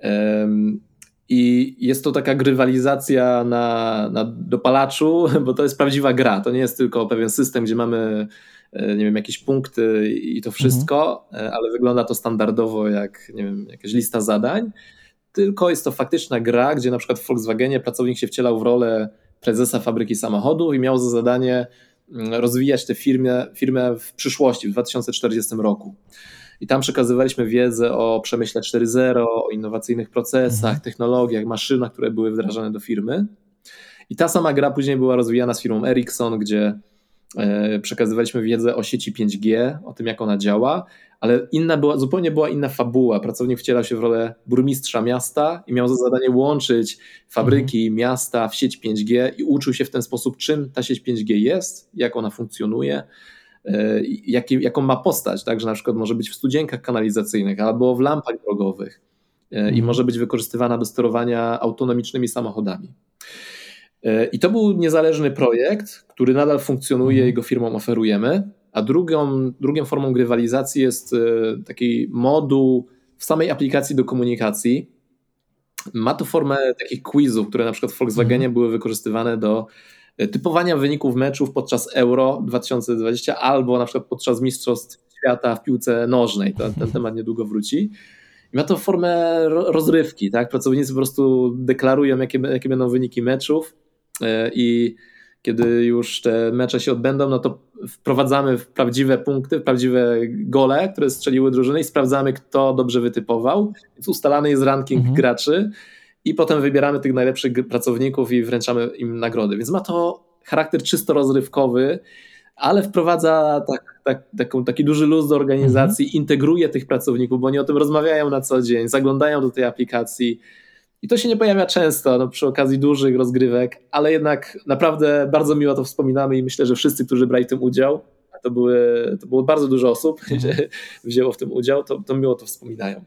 I jest to taka grywalizacja na dopalaczu, bo to jest prawdziwa gra. To nie jest tylko pewien system, gdzie mamy, nie wiem, jakieś punkty i to wszystko, ale wygląda to standardowo jak, nie wiem, jakaś lista zadań. Tylko jest to faktyczna gra, gdzie na przykład w Volkswagenie pracownik się wcielał w rolę prezesa fabryki samochodów i miał za zadanie rozwijać tę firmę w przyszłości, w 2040 roku. I tam przekazywaliśmy wiedzę o przemyśle 4.0, o innowacyjnych procesach, technologiach, maszynach, które były wdrażane do firmy. I ta sama gra później była rozwijana z firmą Ericsson, gdzie przekazywaliśmy wiedzę o sieci 5G, o tym, jak ona działa, ale zupełnie była inna fabuła. Pracownik wcielał się w rolę burmistrza miasta i miał za zadanie łączyć fabryki, miasta w sieć 5G i uczył się w ten sposób, czym ta sieć 5G jest, jak ona funkcjonuje, jaką ma postać, tak? Że na przykład może być w studzienkach kanalizacyjnych albo w lampach drogowych i może być wykorzystywana do sterowania autonomicznymi samochodami. I to był niezależny projekt, który nadal funkcjonuje, jego firmom oferujemy, a drugą formą grywalizacji jest taki moduł w samej aplikacji do komunikacji. Ma to formę takich quizów, które na przykład w Volkswagenie były wykorzystywane do typowania wyników meczów podczas Euro 2020 albo na przykład podczas Mistrzostw Świata w piłce nożnej. Ten temat niedługo wróci. I ma to formę rozrywki, tak? Pracownicy po prostu deklarują, jakie będą wyniki meczów i kiedy już te mecze się odbędą, no to wprowadzamy w prawdziwe punkty, w prawdziwe gole, które strzeliły drużyny i sprawdzamy, kto dobrze wytypował. Więc ustalany jest ranking graczy i potem wybieramy tych najlepszych pracowników i wręczamy im nagrody. Więc ma to charakter czysto rozrywkowy, ale wprowadza taki duży luz do organizacji, integruje tych pracowników, bo oni o tym rozmawiają na co dzień, zaglądają do tej aplikacji i to się nie pojawia często przy okazji dużych rozgrywek, ale jednak naprawdę bardzo miło to wspominamy i myślę, że wszyscy, którzy brali w tym udział, a to było bardzo dużo osób, gdzie wzięło w tym udział, to miło to wspominają.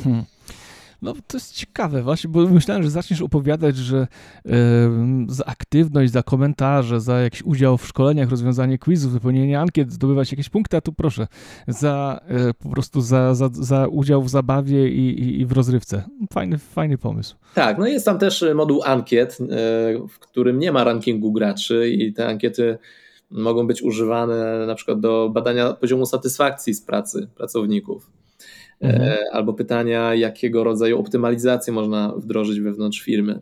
No to jest ciekawe właśnie, bo myślałem, że zaczniesz opowiadać, że za aktywność, za komentarze, za jakiś udział w szkoleniach, rozwiązanie quizów, wypełnienie ankiet, zdobywać jakieś punkty, a tu proszę, po prostu za udział w zabawie i w rozrywce. Fajny pomysł. Tak, no jest tam też moduł ankiet, w którym nie ma rankingu graczy i te ankiety mogą być używane na przykład do badania poziomu satysfakcji z pracy pracowników. Albo pytania, jakiego rodzaju optymalizację można wdrożyć wewnątrz firmy.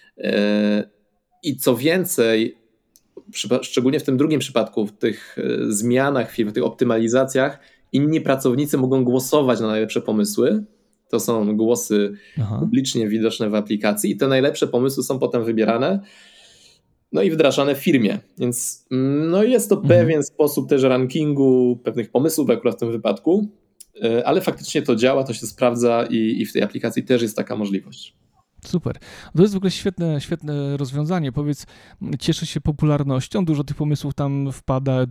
I co więcej, szczególnie w tym drugim przypadku, w tych zmianach firmy, w tych optymalizacjach, inni pracownicy mogą głosować na najlepsze pomysły. To są głosy publicznie widoczne w aplikacji i te najlepsze pomysły są potem wybierane i wdrażane w firmie. Więc jest to pewien sposób też rankingu pewnych pomysłów, akurat w tym wypadku, ale faktycznie to działa, to się sprawdza i w tej aplikacji też jest taka możliwość. Super. To jest w ogóle świetne rozwiązanie. Powiedz, cieszy się popularnością, dużo tych pomysłów tam wpada,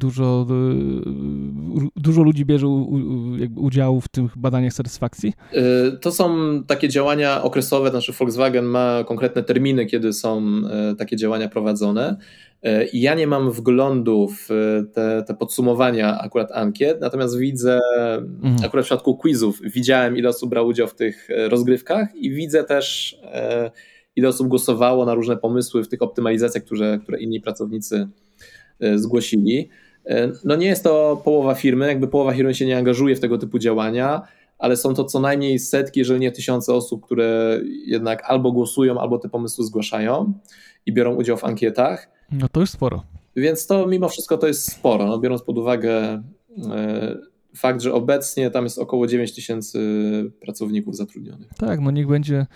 dużo ludzi bierze udziału w tych badaniach satysfakcji? To są takie działania okresowe, znaczy Volkswagen ma konkretne terminy, kiedy są takie działania prowadzone. I ja nie mam wglądu w te podsumowania akurat ankiet, natomiast widzę, akurat w przypadku quizów, widziałem, ile osób brało udział w tych rozgrywkach i widzę też, ile osób głosowało na różne pomysły w tych optymalizacjach, które inni pracownicy zgłosili. Nie jest to połowa firmy, połowa firmy się nie angażuje w tego typu działania, ale są to co najmniej setki, jeżeli nie tysiące osób, które jednak albo głosują, albo te pomysły zgłaszają i biorą udział w ankietach. No to już sporo. Więc to mimo wszystko to jest sporo, biorąc pod uwagę fakt, że obecnie tam jest około 9 000 pracowników zatrudnionych. Tak, niech będzie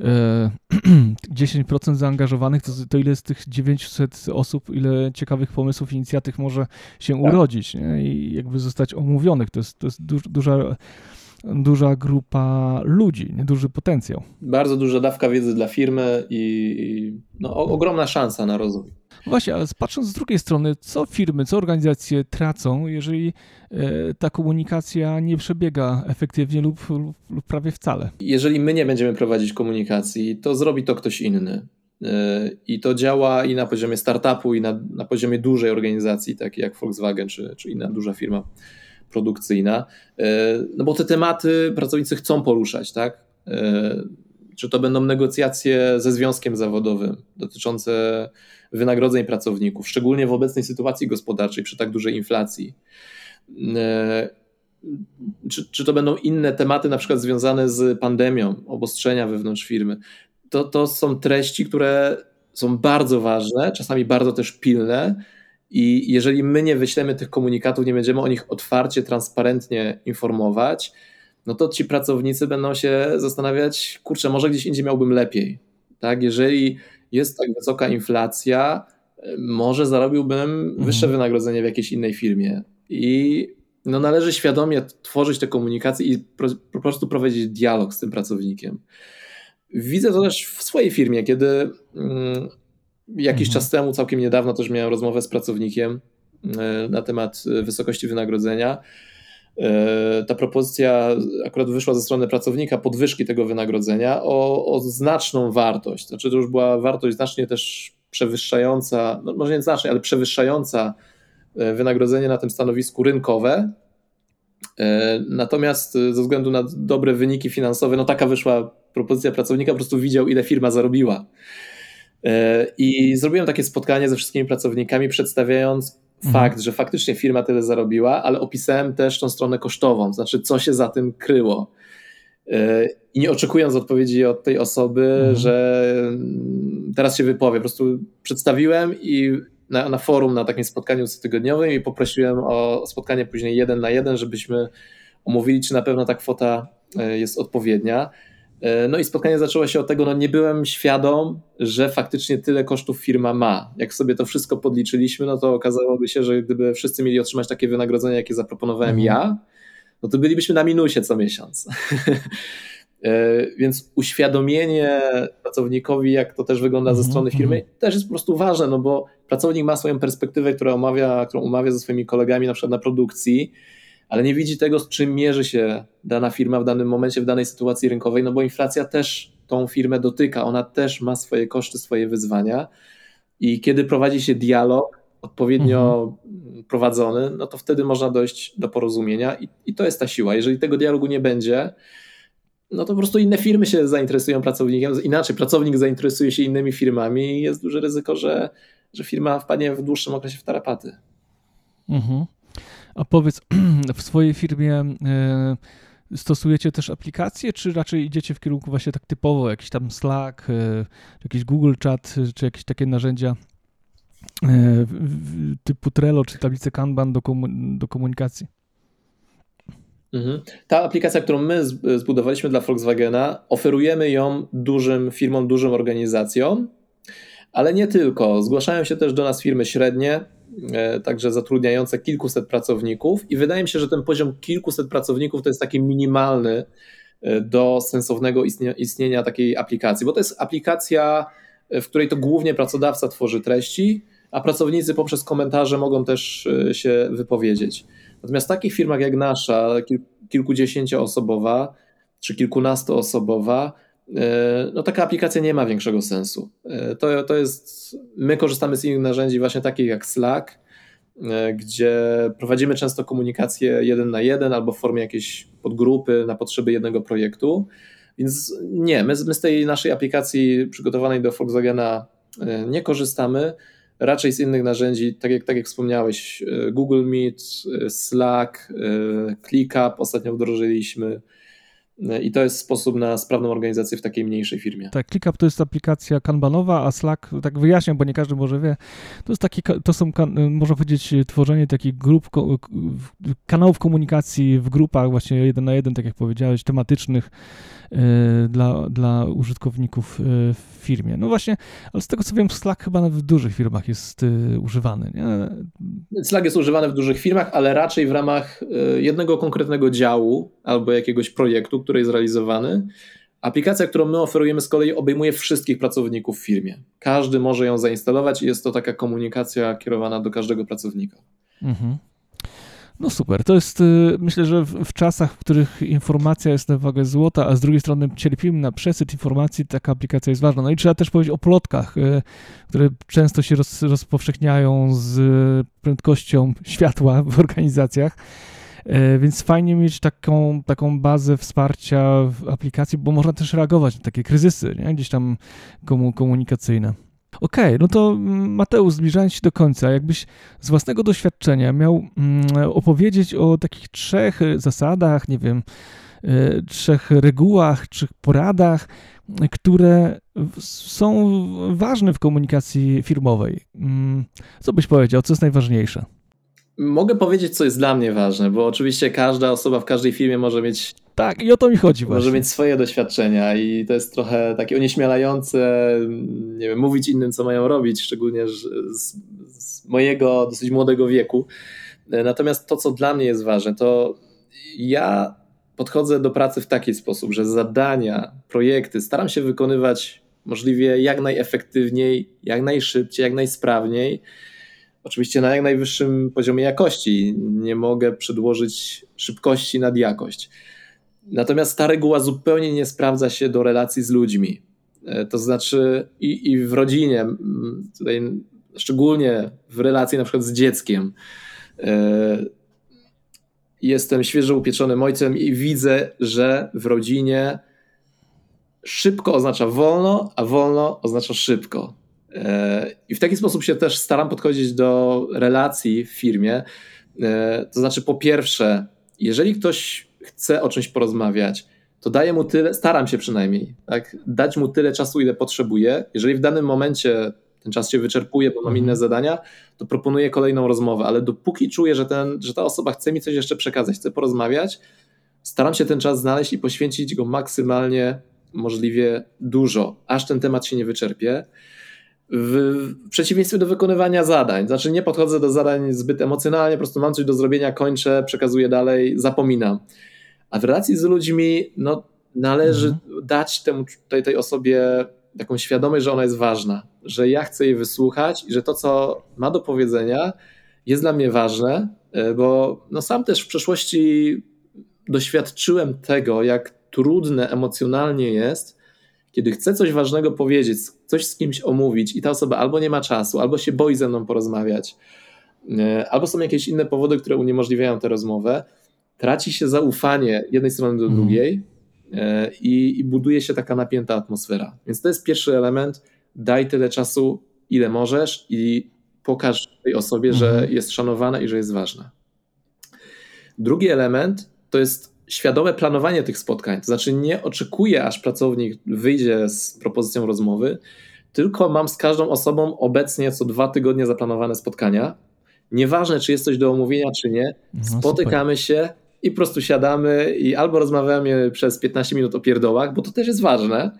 10% zaangażowanych, to ile z tych 900 osób, ile ciekawych pomysłów, inicjatyw może się urodzić, nie? I zostać omówionych. To jest duża grupa ludzi, duży potencjał. Bardzo duża dawka wiedzy dla firmy i ogromna szansa na rozwój. Właśnie, ale patrząc z drugiej strony, co firmy, co organizacje tracą, jeżeli ta komunikacja nie przebiega efektywnie lub prawie wcale? Jeżeli my nie będziemy prowadzić komunikacji, to zrobi to ktoś inny. I to działa i na poziomie startupu, i na poziomie dużej organizacji, takiej jak Volkswagen czy inna duża firma produkcyjna. No bo te tematy pracownicy chcą poruszać, tak? Czy to będą negocjacje ze związkiem zawodowym dotyczące wynagrodzeń pracowników, szczególnie w obecnej sytuacji gospodarczej przy tak dużej inflacji. Czy to będą inne tematy, na przykład związane z pandemią, obostrzenia wewnątrz firmy. To są treści, które są bardzo ważne, czasami bardzo też pilne i jeżeli my nie wyślemy tych komunikatów, nie będziemy o nich otwarcie, transparentnie informować, no to ci pracownicy będą się zastanawiać, kurczę, może gdzieś indziej miałbym lepiej. Tak? Jeżeli jest tak wysoka inflacja, może zarobiłbym wyższe wynagrodzenie w jakiejś innej firmie. I należy świadomie tworzyć te komunikacje i po prostu prowadzić dialog z tym pracownikiem. Widzę to też w swojej firmie, kiedy jakiś czas temu, całkiem niedawno też miałem rozmowę z pracownikiem na temat wysokości wynagrodzenia. Ta propozycja akurat wyszła ze strony pracownika, podwyżki tego wynagrodzenia o znaczną wartość. Znaczy to już była wartość znacznie też przewyższająca, no może nie znacznie, ale przewyższająca wynagrodzenie na tym stanowisku rynkowe. Natomiast ze względu na dobre wyniki finansowe, no taka wyszła propozycja pracownika, po prostu widział, ile firma zarobiła. I zrobiłem takie spotkanie ze wszystkimi pracownikami, przedstawiając fakt, że faktycznie firma tyle zarobiła, ale opisałem też tą stronę kosztową, znaczy co się za tym kryło. I nie oczekując odpowiedzi od tej osoby, że teraz się wypowie, po prostu przedstawiłem i na forum, na takim spotkaniu cotygodniowym i poprosiłem o spotkanie później 1 na 1, żebyśmy omówili, czy na pewno ta kwota jest odpowiednia. No i spotkanie zaczęło się od tego, nie byłem świadom, że faktycznie tyle kosztów firma ma. Jak sobie to wszystko podliczyliśmy, no to okazałoby się, że gdyby wszyscy mieli otrzymać takie wynagrodzenie, jakie zaproponowałem ja, no to bylibyśmy na minusie co miesiąc. Więc uświadomienie pracownikowi, jak to też wygląda ze strony firmy, też jest po prostu ważne, no bo pracownik ma swoją perspektywę, którą omawia ze swoimi kolegami na przykład na produkcji, ale nie widzi tego, z czym mierzy się dana firma w danym momencie, w danej sytuacji rynkowej, no bo inflacja też tą firmę dotyka, ona też ma swoje koszty, swoje wyzwania i kiedy prowadzi się dialog odpowiednio prowadzony, no to wtedy można dojść do porozumienia i to jest ta siła. Jeżeli tego dialogu nie będzie, no to po prostu inne firmy się zainteresują pracownikiem, inaczej pracownik zainteresuje się innymi firmami i jest duże ryzyko, że firma wpadnie w dłuższym okresie w tarapaty. A powiedz, w swojej firmie stosujecie też aplikacje, czy raczej idziecie w kierunku właśnie tak typowo, jakiś tam Slack, jakiś Google Chat, czy jakieś takie narzędzia typu Trello, czy tablicę Kanban do komunikacji? Ta aplikacja, którą my zbudowaliśmy dla Volkswagena, oferujemy ją dużym firmom, dużym organizacjom, ale nie tylko. Zgłaszają się też do nas firmy średnie, także zatrudniające kilkuset pracowników i wydaje mi się, że ten poziom kilkuset pracowników to jest taki minimalny do sensownego istnienia takiej aplikacji, bo to jest aplikacja, w której to głównie pracodawca tworzy treści, a pracownicy poprzez komentarze mogą też się wypowiedzieć. Natomiast w takich firmach jak nasza, kilkudziesięcioosobowa czy kilkunastoosobowa, no taka aplikacja nie ma większego sensu. To jest, my korzystamy z innych narzędzi właśnie takich jak Slack, gdzie prowadzimy często komunikację 1 na 1 albo w formie jakiejś podgrupy na potrzeby jednego projektu. Więc nie, my z tej naszej aplikacji przygotowanej do Volkswagena nie korzystamy. Raczej z innych narzędzi, tak jak wspomniałeś, Google Meet, Slack, ClickUp ostatnio wdrożyliśmy i to jest sposób na sprawną organizację w takiej mniejszej firmie. Tak, ClickUp to jest aplikacja kanbanowa, a Slack, tak wyjaśniam, bo nie każdy może wie, to są, można powiedzieć, tworzenie takich grup, kanałów komunikacji w grupach właśnie 1 na 1, tak jak powiedziałeś, tematycznych dla użytkowników w firmie. No właśnie, ale z tego co wiem, Slack chyba nawet w dużych firmach jest używany, nie? Slack jest używany w dużych firmach, ale raczej w ramach jednego konkretnego działu albo jakiegoś projektu, który jest realizowany. Aplikacja, którą my oferujemy, z kolei obejmuje wszystkich pracowników w firmie. Każdy może ją zainstalować i jest to taka komunikacja kierowana do każdego pracownika. Mhm. No super, to jest, myślę, że w czasach, w których informacja jest na wagę złota, a z drugiej strony cierpimy na przesyt informacji, taka aplikacja jest ważna. No i trzeba też powiedzieć o plotkach, które często się rozpowszechniają z prędkością światła w organizacjach, więc fajnie mieć taką bazę wsparcia w aplikacji, bo można też reagować na takie kryzysy, nie? Gdzieś tam komunikacyjne. Okej, no to Mateusz, zbliżając się do końca, jakbyś z własnego doświadczenia miał opowiedzieć o takich 3 zasadach, nie wiem, 3 regułach, 3 poradach, które są ważne w komunikacji firmowej. Co byś powiedział, co jest najważniejsze? Mogę powiedzieć, co jest dla mnie ważne, bo oczywiście każda osoba w każdej firmie może mieć Tak, i o to mi chodzi właśnie. Może mieć swoje doświadczenia i to jest trochę takie onieśmielające, nie wiem, mówić innym, co mają robić, szczególnie z mojego dosyć młodego wieku. Natomiast to, co dla mnie jest ważne, to ja podchodzę do pracy w taki sposób, że zadania, projekty staram się wykonywać możliwie jak najefektywniej, jak najszybciej, jak najsprawniej. Oczywiście na jak najwyższym poziomie jakości. Nie mogę przedłożyć szybkości nad jakość. Natomiast ta reguła zupełnie nie sprawdza się do relacji z ludźmi. To znaczy i w rodzinie, tutaj szczególnie w relacji na przykład z dzieckiem. Jestem świeżo upieczonym ojcem i widzę, że w rodzinie szybko oznacza wolno, a wolno oznacza szybko. I w taki sposób się też staram podchodzić do relacji w firmie. To znaczy, po pierwsze, jeżeli ktoś chce o czymś porozmawiać, to daję mu tyle, staram się przynajmniej, tak, dać mu tyle czasu, ile potrzebuje. Jeżeli w danym momencie ten czas się wyczerpuje, bo mam inne zadania, to proponuję kolejną rozmowę, ale dopóki czuję, że ta osoba chce mi coś jeszcze przekazać, chce porozmawiać, staram się ten czas znaleźć i poświęcić go maksymalnie możliwie dużo, aż ten temat się nie wyczerpie. W przeciwieństwie do wykonywania zadań. Znaczy nie podchodzę do zadań zbyt emocjonalnie, po prostu mam coś do zrobienia, kończę, przekazuję dalej, zapominam. A w relacji z ludźmi należy dać tej osobie taką świadomość, że ona jest ważna, że ja chcę jej wysłuchać i że to, co ma do powiedzenia, jest dla mnie ważne, bo sam też w przeszłości doświadczyłem tego, jak trudne emocjonalnie jest, kiedy chcę coś ważnego powiedzieć, coś z kimś omówić i ta osoba albo nie ma czasu, albo się boi ze mną porozmawiać, albo są jakieś inne powody, które uniemożliwiają tę rozmowę, traci się zaufanie jednej strony do drugiej i buduje się taka napięta atmosfera. Więc to jest pierwszy element. Daj tyle czasu, ile możesz i pokaż tej osobie, że jest szanowana i że jest ważna. Drugi element to jest świadome planowanie tych spotkań. To znaczy nie oczekuję, aż pracownik wyjdzie z propozycją rozmowy, tylko mam z każdą osobą obecnie co 2 tygodnie zaplanowane spotkania. Nieważne, czy jest coś do omówienia, czy nie. Spotykamy się i po prostu siadamy i albo rozmawiamy przez 15 minut o pierdołach, bo to też jest ważne.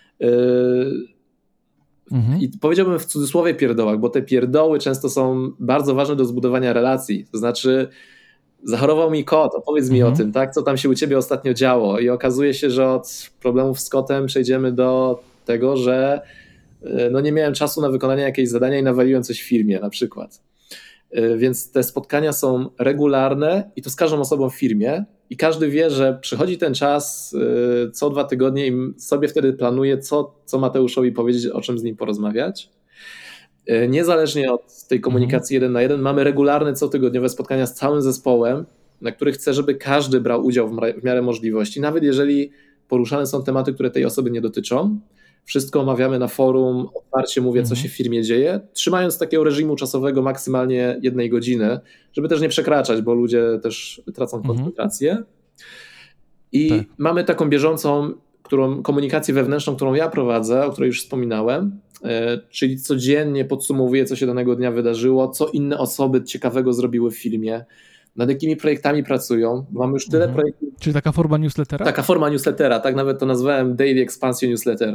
I powiedziałbym w cudzysłowie pierdołach, bo te pierdoły często są bardzo ważne do zbudowania relacji. To znaczy zachorował mi kot, opowiedz mi o tym, tak? Co tam się u ciebie ostatnio działo. I okazuje się, że od problemów z kotem przejdziemy do tego, że nie miałem czasu na wykonanie jakiejś zadania i nawaliłem coś w firmie na przykład. Więc te spotkania są regularne i to z każdą osobą w firmie i każdy wie, że przychodzi ten czas co 2 tygodnie i sobie wtedy planuje, co Mateuszowi powiedzieć, o czym z nim porozmawiać. Niezależnie od tej komunikacji 1 na 1 mamy regularne cotygodniowe spotkania z całym zespołem, na których chcę, żeby każdy brał udział w miarę możliwości, nawet jeżeli poruszane są tematy, które tej osoby nie dotyczą. Wszystko omawiamy na forum, otwarcie mówię, co się w firmie dzieje, trzymając takiego reżimu czasowego maksymalnie 1 godziny, żeby też nie przekraczać, bo ludzie też tracą koncentrację. I mamy taką bieżącą komunikację wewnętrzną, którą ja prowadzę, o której już wspominałem, czyli codziennie podsumowuję, co się danego dnia wydarzyło, co inne osoby ciekawego zrobiły w firmie, nad jakimi projektami pracują, bo mamy już tyle projektów. Czyli taka forma newslettera? Taka forma newslettera, tak nawet to nazwałem Daily Expansion Newsletter,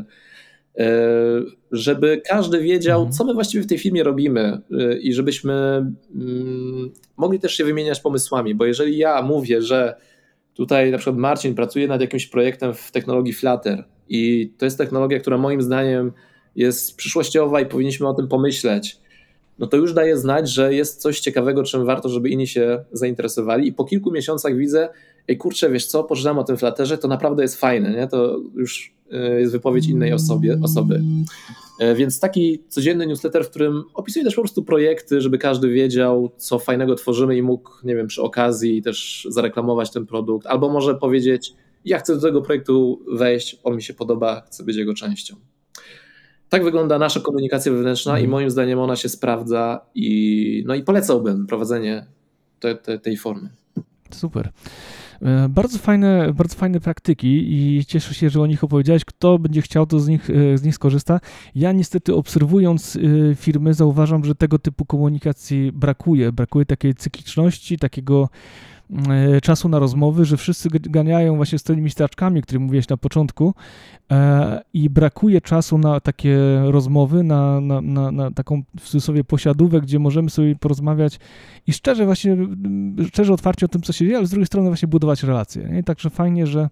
żeby każdy wiedział, co my właściwie w tej firmie robimy i żebyśmy mogli też się wymieniać pomysłami, bo jeżeli ja mówię, że Tutaj na przykład Marcin pracuje nad jakimś projektem w technologii Flutter i to jest technologia, która moim zdaniem jest przyszłościowa i powinniśmy o tym pomyśleć. No to już daje znać, że jest coś ciekawego, czym warto, żeby inni się zainteresowali i po kilku miesiącach widzę, ej kurczę, wiesz co, poczytałem o tym Flutterze, to naprawdę jest fajne, nie? To już jest wypowiedź innej osoby. Więc taki codzienny newsletter, w którym opisuję też po prostu projekty, żeby każdy wiedział, co fajnego tworzymy i mógł, nie wiem, przy okazji też zareklamować ten produkt, albo może powiedzieć, ja chcę do tego projektu wejść, on mi się podoba, chcę być jego częścią. Tak wygląda nasza komunikacja wewnętrzna i moim zdaniem ona się sprawdza i polecałbym prowadzenie tej formy. Super. Bardzo fajne praktyki i cieszę się, że o nich opowiedziałeś. Kto będzie chciał, to z nich skorzysta. Ja niestety obserwując firmy zauważam, że tego typu komunikacji brakuje. Brakuje takiej cykliczności, takiego czasu na rozmowy, że wszyscy ganiają właśnie z tymi straczkami, o których mówiłeś na początku i brakuje czasu na takie rozmowy, na taką w cudzysłowie posiadówkę, gdzie możemy sobie porozmawiać i szczerze otwarcie o tym, co się dzieje, ale z drugiej strony właśnie budować relacje. Nie? Także fajnie, że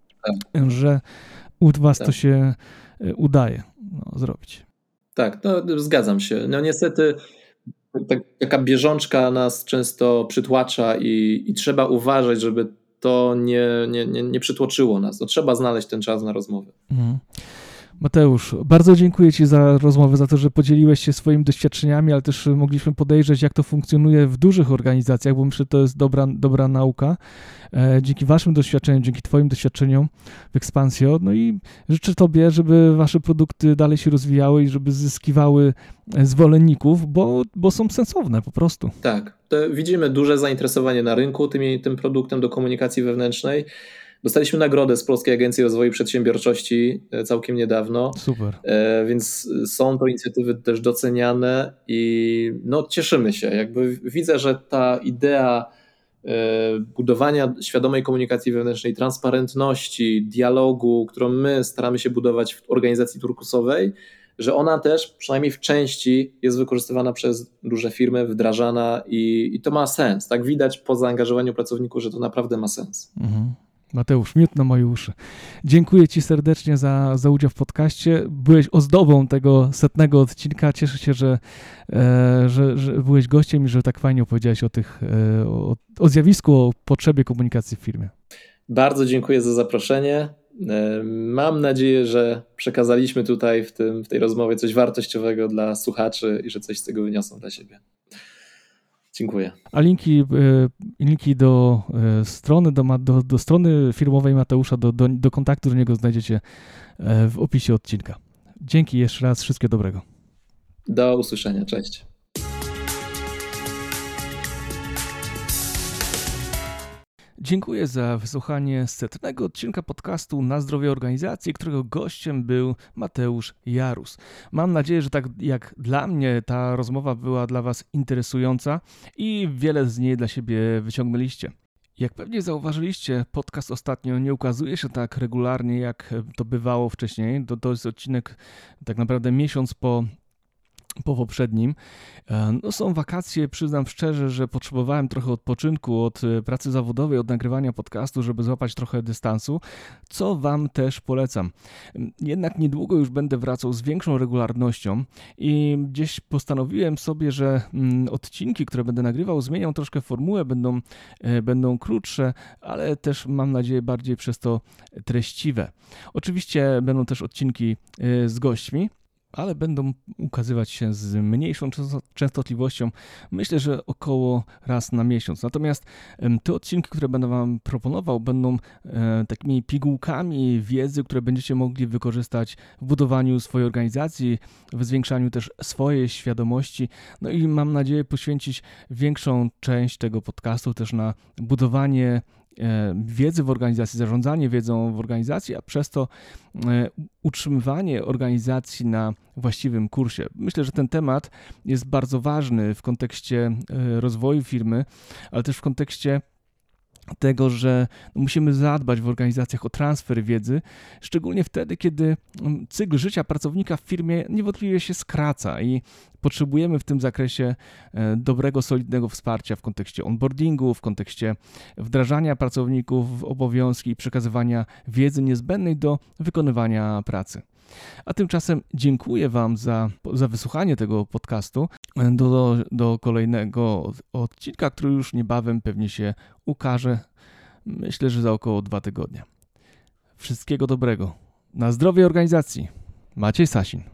u was to się udaje zrobić. Tak, zgadzam się. No niestety taka bieżączka nas często przytłacza i trzeba uważać, żeby to nie przytłoczyło nas. To trzeba znaleźć ten czas na rozmowę. Mateusz, bardzo dziękuję Ci za rozmowę, za to, że podzieliłeś się swoimi doświadczeniami, ale też mogliśmy podejrzeć, jak to funkcjonuje w dużych organizacjach, bo myślę, że to jest dobra nauka. Dzięki Waszym doświadczeniom, dzięki Twoim doświadczeniom w Expansio. No i życzę Tobie, żeby Wasze produkty dalej się rozwijały i żeby zyskiwały zwolenników, bo są sensowne po prostu. Tak, widzimy duże zainteresowanie na rynku tym produktem do komunikacji wewnętrznej. Dostaliśmy nagrodę z Polskiej Agencji Rozwoju Przedsiębiorczości całkiem niedawno. Super. Więc są to inicjatywy też doceniane i cieszymy się. Jakby widzę, że ta idea budowania świadomej komunikacji wewnętrznej, transparentności, dialogu, którą my staramy się budować w organizacji turkusowej, że ona też przynajmniej w części jest wykorzystywana przez duże firmy, wdrażana i to ma sens. Tak widać po zaangażowaniu pracowników, że to naprawdę ma sens. Mateusz, miód na moje uszy. Dziękuję Ci serdecznie za udział w podcaście. Byłeś ozdobą tego 100. odcinka. Cieszę się, że byłeś gościem i że tak fajnie opowiedziałeś o zjawisku, o potrzebie komunikacji w firmie. Bardzo dziękuję za zaproszenie. Mam nadzieję, że przekazaliśmy tutaj w tej rozmowie coś wartościowego dla słuchaczy i że coś z tego wyniosą dla siebie. Dziękuję. A linki do strony, do strony firmowej Mateusza, do kontaktu do niego znajdziecie w opisie odcinka. Dzięki jeszcze raz, wszystkiego dobrego. Do usłyszenia, cześć. Dziękuję za wysłuchanie 100. odcinka podcastu Na zdrowie organizacji, którego gościem był Mateusz Jarus. Mam nadzieję, że tak jak dla mnie ta rozmowa była dla Was interesująca i wiele z niej dla siebie wyciągnęliście. Jak pewnie zauważyliście, podcast ostatnio nie ukazuje się tak regularnie, jak to bywało wcześniej. To jest odcinek tak naprawdę miesiąc po poprzednim. Są wakacje, przyznam szczerze, że potrzebowałem trochę odpoczynku od pracy zawodowej, od nagrywania podcastu, żeby złapać trochę dystansu, co Wam też polecam. Jednak niedługo już będę wracał z większą regularnością i gdzieś postanowiłem sobie, że odcinki, które będę nagrywał, zmienią troszkę formułę, będą krótsze, ale też mam nadzieję bardziej przez to treściwe. Oczywiście będą też odcinki z gośćmi, ale będą ukazywać się z mniejszą częstotliwością, myślę, że około raz na miesiąc. Natomiast te odcinki, które będę Wam proponował, będą takimi pigułkami wiedzy, które będziecie mogli wykorzystać w budowaniu swojej organizacji, w zwiększaniu też swojej świadomości, no i mam nadzieję poświęcić większą część tego podcastu też na budowanie wiedzy w organizacji, zarządzanie wiedzą w organizacji, a przez to utrzymywanie organizacji na właściwym kursie. Myślę, że ten temat jest bardzo ważny w kontekście rozwoju firmy, ale też w kontekście tego, że musimy zadbać w organizacjach o transfer wiedzy, szczególnie wtedy, kiedy cykl życia pracownika w firmie niewątpliwie się skraca i potrzebujemy w tym zakresie dobrego, solidnego wsparcia w kontekście onboardingu, w kontekście wdrażania pracowników w obowiązki i przekazywania wiedzy niezbędnej do wykonywania pracy. A tymczasem dziękuję Wam za wysłuchanie tego podcastu. Do kolejnego odcinka, który już niebawem pewnie się ukaże. Myślę, że za około 2 tygodnie. Wszystkiego dobrego. Na zdrowie organizacji. Maciej Sasin.